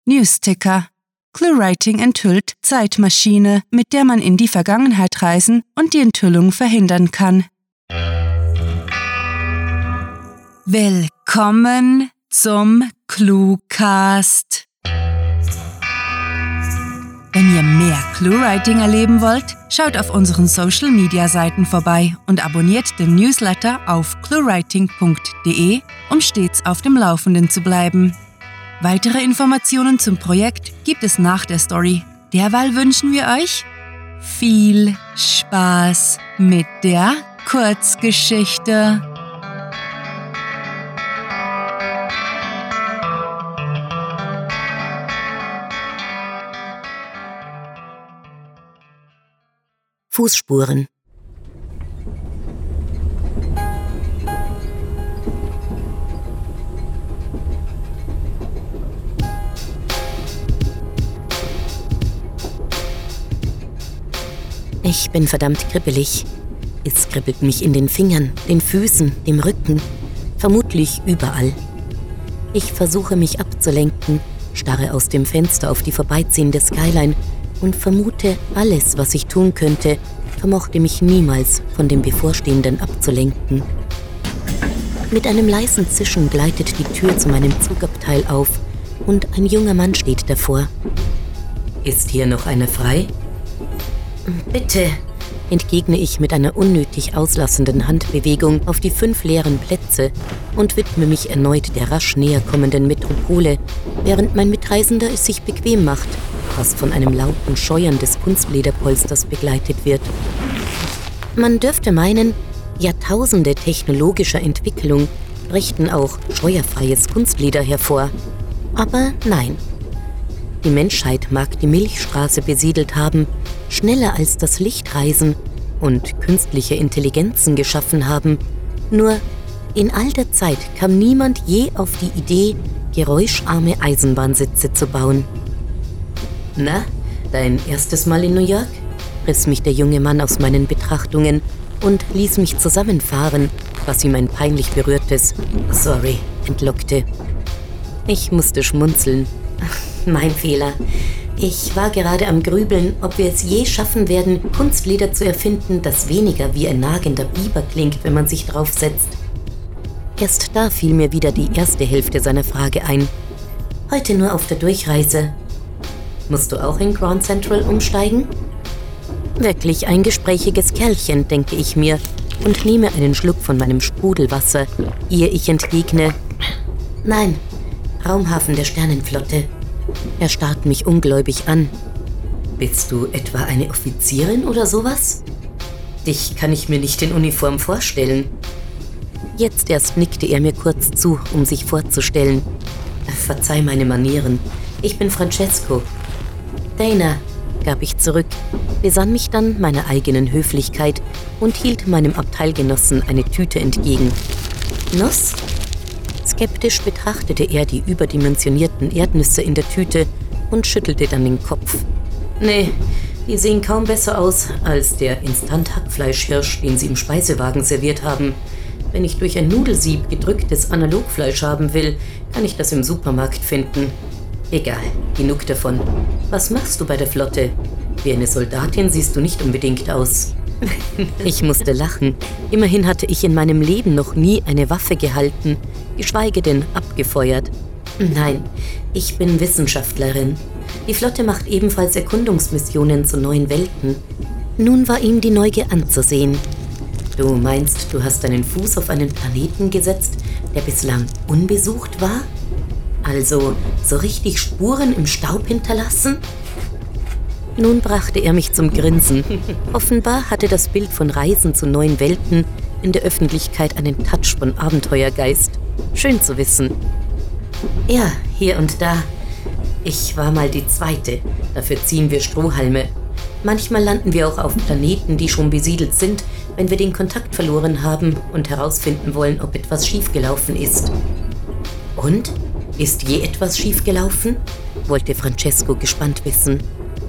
Newsticker. ClueWriting enthüllt Zeitmaschine, mit der man in die Vergangenheit reisen und die Enthüllung verhindern kann. Willkommen zum Cluecast. Wenn ihr mehr ClueWriting erleben wollt, schaut auf unseren Social-Media-Seiten vorbei und abonniert den Newsletter auf cluewriting.de, um stets auf dem Laufenden zu bleiben. Weitere Informationen zum Projekt gibt es nach der Story. Derweil wünschen wir euch viel Spaß mit der Kurzgeschichte. Fußspuren. Ich bin verdammt kribbelig. Es kribbelt mich in den Fingern, den Füßen, dem Rücken, vermutlich überall. Ich versuche mich abzulenken, starre aus dem Fenster auf die vorbeiziehende Skyline und vermute, alles, was ich tun könnte, vermochte mich niemals von dem Bevorstehenden abzulenken. Mit einem leisen Zischen gleitet die Tür zu meinem Zugabteil auf und ein junger Mann steht davor. »Ist hier noch einer frei?« »Bitte«, entgegne ich mit einer unnötig auslassenden Handbewegung auf die 5 leeren Plätze und widme mich erneut der rasch näher kommenden Metropole, während mein Mitreisender es sich bequem macht, was von einem lauten Scheuern des Kunstlederpolsters begleitet wird. Man dürfte meinen, Jahrtausende technologischer Entwicklung brächten auch scheuerfreies Kunstleder hervor. Aber nein. Die Menschheit mag die Milchstraße besiedelt haben, schneller als das Licht reisen und künstliche Intelligenzen geschaffen haben. Nur in all der Zeit kam niemand je auf die Idee, geräuscharme Eisenbahnsitze zu bauen. »Na, dein erstes Mal in New York?« riss mich der junge Mann aus meinen Betrachtungen und ließ mich zusammenfahren, was ihm ein peinlich berührtes »Sorry« entlockte. Ich musste schmunzeln. Mein Fehler. Ich war gerade am Grübeln, ob wir es je schaffen werden, Kunstleder zu erfinden, das weniger wie ein nagender Biber klingt, wenn man sich draufsetzt. Erst da fiel mir wieder die erste Hälfte seiner Frage ein. Heute nur auf der Durchreise. Musst du auch in Grand Central umsteigen? Wirklich ein gesprächiges Kerlchen, denke ich mir, und nehme einen Schluck von meinem Sprudelwasser, ehe ich entgegne. Nein, Raumhafen der Sternenflotte. Er starrt mich ungläubig an. Bist du etwa eine Offizierin oder sowas? Dich kann ich mir nicht in Uniform vorstellen. Jetzt erst nickte er mir kurz zu, um sich vorzustellen. Verzeih meine Manieren. Ich bin Francesco. Dana, gab ich zurück, besann mich dann meiner eigenen Höflichkeit und hielt meinem Abteilgenossen eine Tüte entgegen. Nuss? Skeptisch betrachtete er die überdimensionierten Erdnüsse in der Tüte und schüttelte dann den Kopf. Nee, die sehen kaum besser aus als der Instant-Hackfleischhirsch, den sie im Speisewagen serviert haben. Wenn ich durch ein Nudelsieb gedrücktes Analogfleisch haben will, kann ich das im Supermarkt finden. Egal, genug davon. Was machst du bei der Flotte? Wie eine Soldatin siehst du nicht unbedingt aus. Ich musste lachen. Immerhin hatte ich in meinem Leben noch nie eine Waffe gehalten, geschweige denn abgefeuert. Nein, ich bin Wissenschaftlerin. Die Flotte macht ebenfalls Erkundungsmissionen zu neuen Welten. Nun war ihm die Neugier anzusehen. Du meinst, du hast deinen Fuß auf einen Planeten gesetzt, der bislang unbesucht war? Also so richtig Spuren im Staub hinterlassen? Nun brachte er mich zum Grinsen. Offenbar hatte das Bild von Reisen zu neuen Welten in der Öffentlichkeit einen Touch von Abenteuergeist. Schön zu wissen. Ja, hier und da. Ich war mal die Zweite. Dafür ziehen wir Strohhalme. Manchmal landen wir auch auf Planeten, die schon besiedelt sind, wenn wir den Kontakt verloren haben und herausfinden wollen, ob etwas schiefgelaufen ist. Und? Ist je etwas schiefgelaufen? Wollte Francesco gespannt wissen.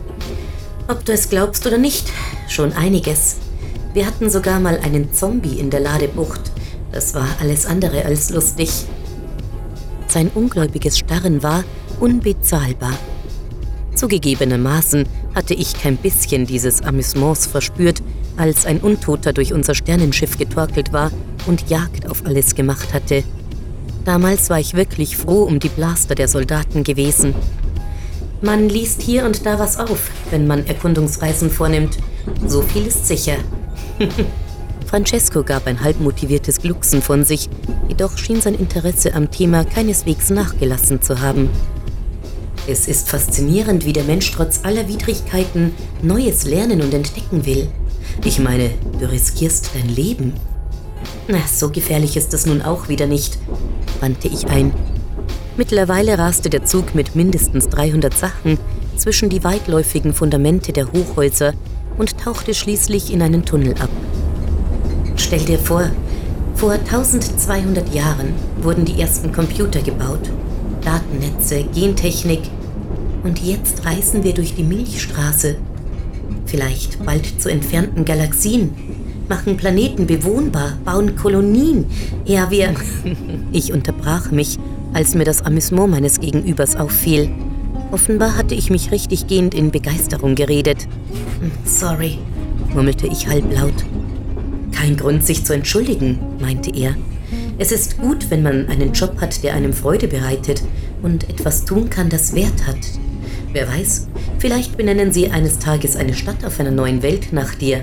Ob du es glaubst oder nicht, schon einiges. Wir hatten sogar mal einen Zombie in der Ladebucht. Das war alles andere als lustig. Sein ungläubiges Starren war, unbezahlbar. Zugegebenermaßen hatte ich kein bisschen dieses Amüsements verspürt, als ein Untoter durch unser Sternenschiff getorkelt war und Jagd auf alles gemacht hatte. Damals war ich wirklich froh um die Blaster der Soldaten gewesen. Man liest hier und da was auf, wenn man Erkundungsreisen vornimmt. So viel ist sicher. Francesco gab ein halb motiviertes Glucksen von sich, jedoch schien sein Interesse am Thema keineswegs nachgelassen zu haben. Es ist faszinierend, wie der Mensch trotz aller Widrigkeiten Neues lernen und entdecken will. Ich meine, du riskierst dein Leben. Na, so gefährlich ist es nun auch wieder nicht, wandte ich ein. Mittlerweile raste der Zug mit mindestens 300 Sachen zwischen die weitläufigen Fundamente der Hochhäuser und tauchte schließlich in einen Tunnel ab. Stell dir vor 1200 Jahren wurden die ersten Computer gebaut, Datennetze, Gentechnik. Und jetzt reisen wir durch die Milchstraße. Vielleicht bald zu entfernten Galaxien, machen Planeten bewohnbar, bauen Kolonien. Ja, wir... Ich unterbrach mich, als mir das Amüsement meines Gegenübers auffiel. Offenbar hatte ich mich richtiggehend in Begeisterung geredet. Sorry, murmelte ich halblaut. Kein Grund, sich zu entschuldigen, meinte er. Es ist gut, wenn man einen Job hat, der einem Freude bereitet und etwas tun kann, das Wert hat. Wer weiß, vielleicht benennen sie eines Tages eine Stadt auf einer neuen Welt nach dir.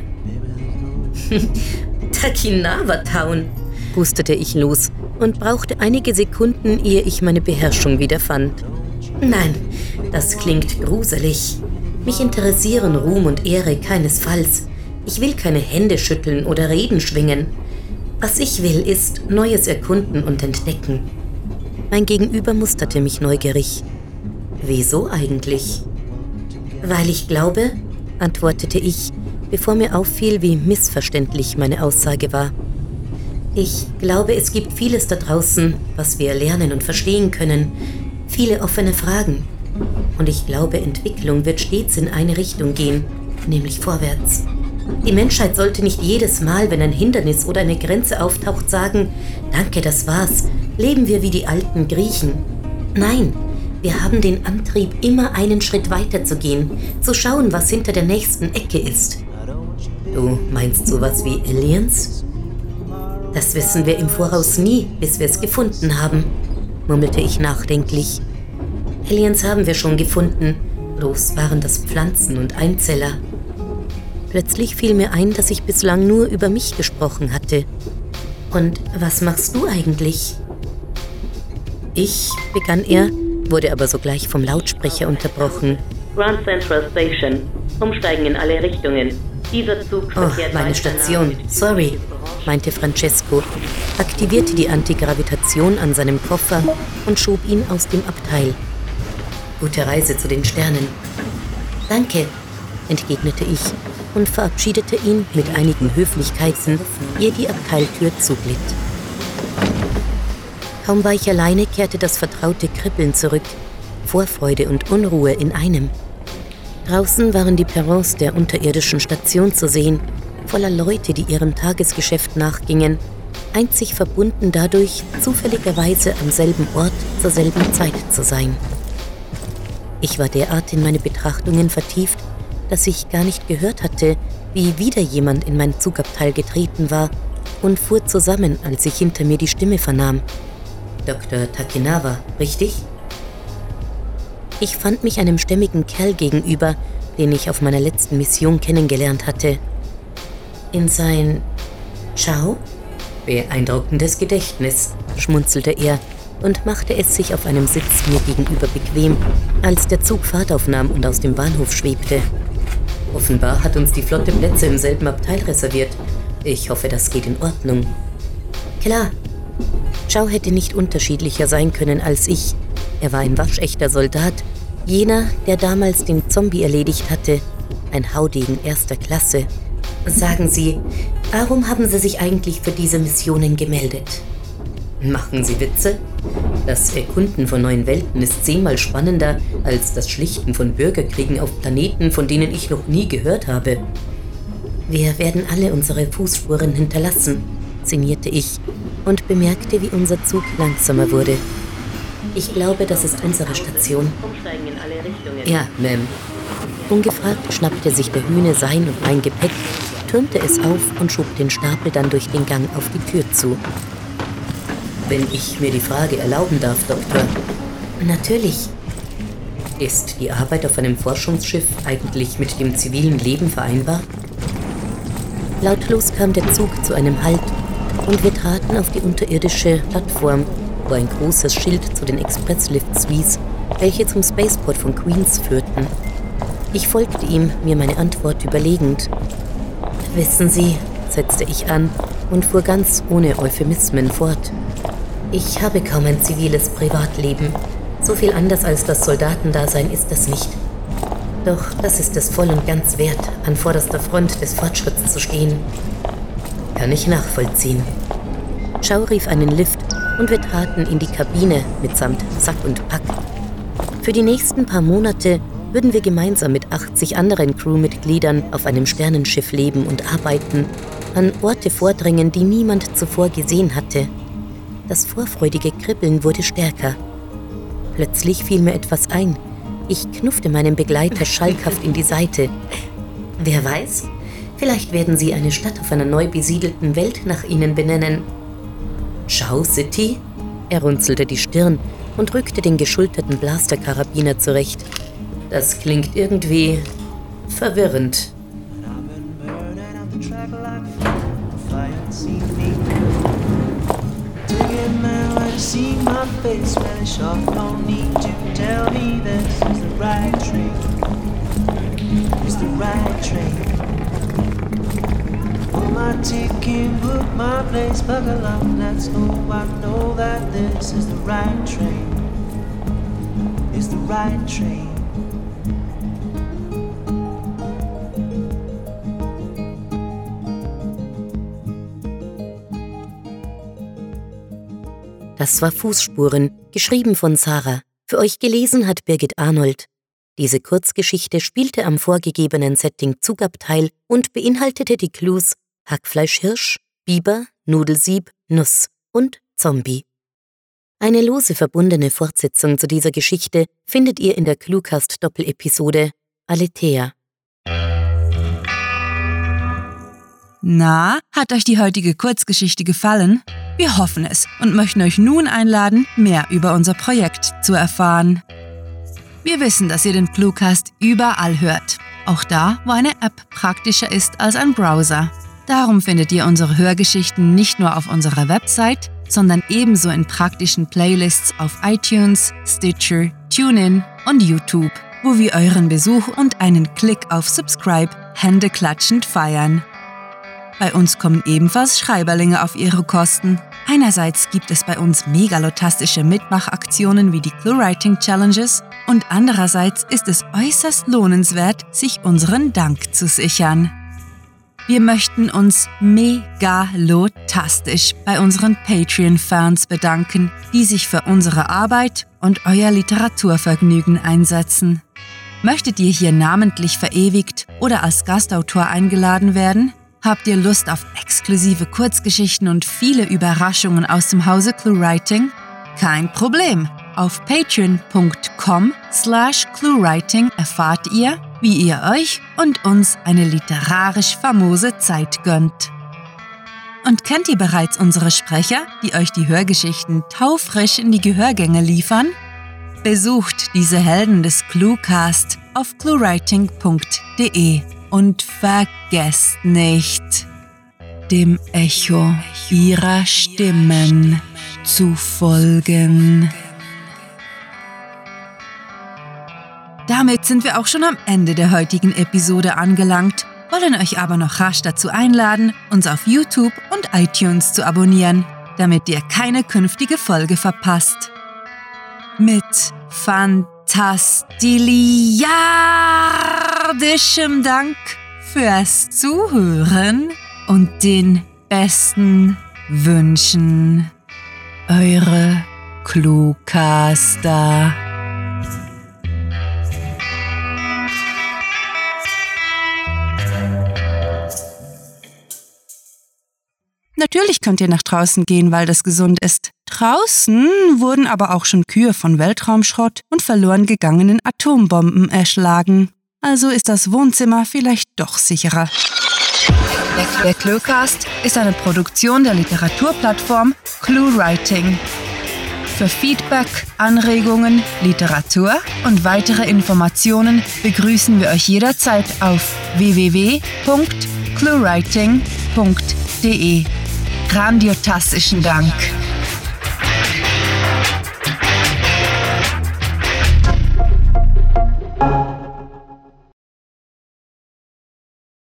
Takinawa Town, hustete ich los und brauchte einige Sekunden, ehe ich meine Beherrschung wiederfand. Nein, das klingt gruselig. Mich interessieren Ruhm und Ehre keinesfalls. Ich will keine Hände schütteln oder Reden schwingen. Was ich will, ist Neues erkunden und entdecken. Mein Gegenüber musterte mich neugierig. Wieso eigentlich? Weil ich glaube, antwortete ich, bevor mir auffiel, wie missverständlich meine Aussage war. Ich glaube, es gibt vieles da draußen, was wir lernen und verstehen können. Viele offene Fragen. Und ich glaube, Entwicklung wird stets in eine Richtung gehen, nämlich vorwärts. Die Menschheit sollte nicht jedes Mal, wenn ein Hindernis oder eine Grenze auftaucht, sagen, danke, das war's, leben wir wie die alten Griechen. Nein, wir haben den Antrieb, immer einen Schritt weiter zu gehen, zu schauen, was hinter der nächsten Ecke ist. Du meinst sowas wie Aliens? Das wissen wir im Voraus nie, bis wir es gefunden haben, murmelte ich nachdenklich. Aliens haben wir schon gefunden, bloß waren das Pflanzen und Einzeller. Plötzlich fiel mir ein, dass ich bislang nur über mich gesprochen hatte. Und was machst du eigentlich? Ich, begann er, wurde aber sogleich vom Lautsprecher unterbrochen. Grand Central Station. Umsteigen in alle Richtungen. Dieser Zug verkehrt meine Station. Sorry, meinte Francesco, aktivierte die Antigravitation an seinem Koffer und schob ihn aus dem Abteil. Gute Reise zu den Sternen. Danke, entgegnete ich und verabschiedete ihn mit einigen Höflichkeiten, ehe die Abteiltür zuglitt. Kaum war ich alleine, kehrte das vertraute Kribbeln zurück, Vorfreude und Unruhe in einem. Draußen waren die Perrons der unterirdischen Station zu sehen, voller Leute, die ihrem Tagesgeschäft nachgingen, einzig verbunden dadurch, zufälligerweise am selben Ort zur selben Zeit zu sein. Ich war derart in meine Betrachtungen vertieft, dass ich gar nicht gehört hatte, wie wieder jemand in mein Zugabteil getreten war und fuhr zusammen, als ich hinter mir die Stimme vernahm. Dr. Takinawa, richtig? Ich fand mich einem stämmigen Kerl gegenüber, den ich auf meiner letzten Mission kennengelernt hatte. In sein Ciao? Beeindruckendes Gedächtnis, schmunzelte er und machte es sich auf einem Sitz mir gegenüber bequem, als der Zug Fahrt aufnahm und aus dem Bahnhof schwebte. Offenbar hat uns die Flotte Plätze im selben Abteil reserviert. Ich hoffe, das geht in Ordnung. Klar. Ciao hätte nicht unterschiedlicher sein können als ich. Er war ein waschechter Soldat, jener, der damals den Zombie erledigt hatte. Ein Haudegen erster Klasse. Sagen Sie, warum haben Sie sich eigentlich für diese Missionen gemeldet? Machen Sie Witze? Das Erkunden von neuen Welten ist 10-mal spannender als das Schlichten von Bürgerkriegen auf Planeten, von denen ich noch nie gehört habe. Wir werden alle unsere Fußspuren hinterlassen, sinnierte ich und bemerkte, wie unser Zug langsamer wurde. Ich glaube, das ist unsere Station. Umsteigen in alle Richtungen. Ja, Ma'am. Ungefragt schnappte sich der Hühne sein und mein Gepäck, türmte es auf und schob den Stapel dann durch den Gang auf die Tür zu. Wenn ich mir die Frage erlauben darf, Doktor. Natürlich. Ist die Arbeit auf einem Forschungsschiff eigentlich mit dem zivilen Leben vereinbar? Lautlos kam der Zug zu einem Halt und wir traten auf die unterirdische Plattform, wo ein großes Schild zu den Expresslifts wies, welche zum Spaceport von Queens führten. Ich folgte ihm, mir meine Antwort überlegend. Wissen Sie, setzte ich an und fuhr ganz ohne Euphemismen fort. Ich habe kaum ein ziviles Privatleben. So viel anders als das Soldatendasein ist das nicht. Doch das ist es voll und ganz wert, an vorderster Front des Fortschritts zu stehen. Kann ich nachvollziehen. Schau rief einen Lift und wir traten in die Kabine mitsamt Sack und Pack. Für die nächsten paar Monate würden wir gemeinsam mit 80 anderen Crewmitgliedern auf einem Sternenschiff leben und arbeiten, an Orte vordringen, die niemand zuvor gesehen hatte. Das vorfreudige Kribbeln wurde stärker. Plötzlich fiel mir etwas ein. Ich knuffte meinen Begleiter schalkhaft in die Seite. Wer weiß, vielleicht werden sie eine Stadt auf einer neu besiedelten Welt nach ihnen benennen. Chow City? Er runzelte die Stirn und rückte den geschulterten Blasterkarabiner zurecht. Das klingt irgendwie verwirrend. See my face when it's off, no need to tell me this is the right train. It's the right train. Pull my ticket, book my place, buckle up, let's go. I know that this is the right train. It's the right train. Das war Fußspuren, geschrieben von Sarah. Für euch gelesen hat Birgit Arnold. Diese Kurzgeschichte spielte am vorgegebenen Setting Zugabteil und beinhaltete die Clues Hackfleischhirsch, Biber, Nudelsieb, Nuss und Zombie. Eine lose verbundene Fortsetzung zu dieser Geschichte findet ihr in der Cluecast-Doppelepisode Aletheia. Na, hat euch die heutige Kurzgeschichte gefallen? Wir hoffen es und möchten euch nun einladen, mehr über unser Projekt zu erfahren. Wir wissen, dass ihr den Cluecast überall hört, auch da, wo eine App praktischer ist als ein Browser. Darum findet ihr unsere Hörgeschichten nicht nur auf unserer Website, sondern ebenso in praktischen Playlists auf iTunes, Stitcher, TuneIn und YouTube, wo wir euren Besuch und einen Klick auf Subscribe händeklatschend feiern. Bei uns kommen ebenfalls Schreiberlinge auf ihre Kosten. Einerseits gibt es bei uns megalotastische Mitmachaktionen wie die ClueWriting Challenges und andererseits ist es äußerst lohnenswert, sich unseren Dank zu sichern. Wir möchten uns megalotastisch bei unseren Patreon-Fans bedanken, die sich für unsere Arbeit und euer Literaturvergnügen einsetzen. Möchtet ihr hier namentlich verewigt oder als Gastautor eingeladen werden? Habt ihr Lust auf exklusive Kurzgeschichten und viele Überraschungen aus dem Hause ClueWriting? Kein Problem! Auf patreon.com/ClueWriting erfahrt ihr, wie ihr euch und uns eine literarisch famose Zeit gönnt. Und kennt ihr bereits unsere Sprecher, die euch die Hörgeschichten taufrisch in die Gehörgänge liefern? Besucht diese Helden des Cluecast auf cluewriting.de. Und vergesst nicht, dem Echo ihrer Stimmen zu folgen. Damit sind wir auch schon am Ende der heutigen Episode angelangt, wollen euch aber noch rasch dazu einladen, uns auf YouTube und iTunes zu abonnieren, damit ihr keine künftige Folge verpasst. Mit fantastiliardischem Dank fürs Zuhören und den besten Wünschen. Eure Cluecaster. Natürlich könnt ihr nach draußen gehen, weil das gesund ist. Draußen wurden aber auch schon Kühe von Weltraumschrott und verloren gegangenen Atombomben erschlagen. Also ist das Wohnzimmer vielleicht doch sicherer. Der Cluecast ist eine Produktion der Literaturplattform ClueWriting. Für Feedback, Anregungen, Literatur und weitere Informationen begrüßen wir euch jederzeit auf www.cluewriting.de. Grandiotastischen Dank.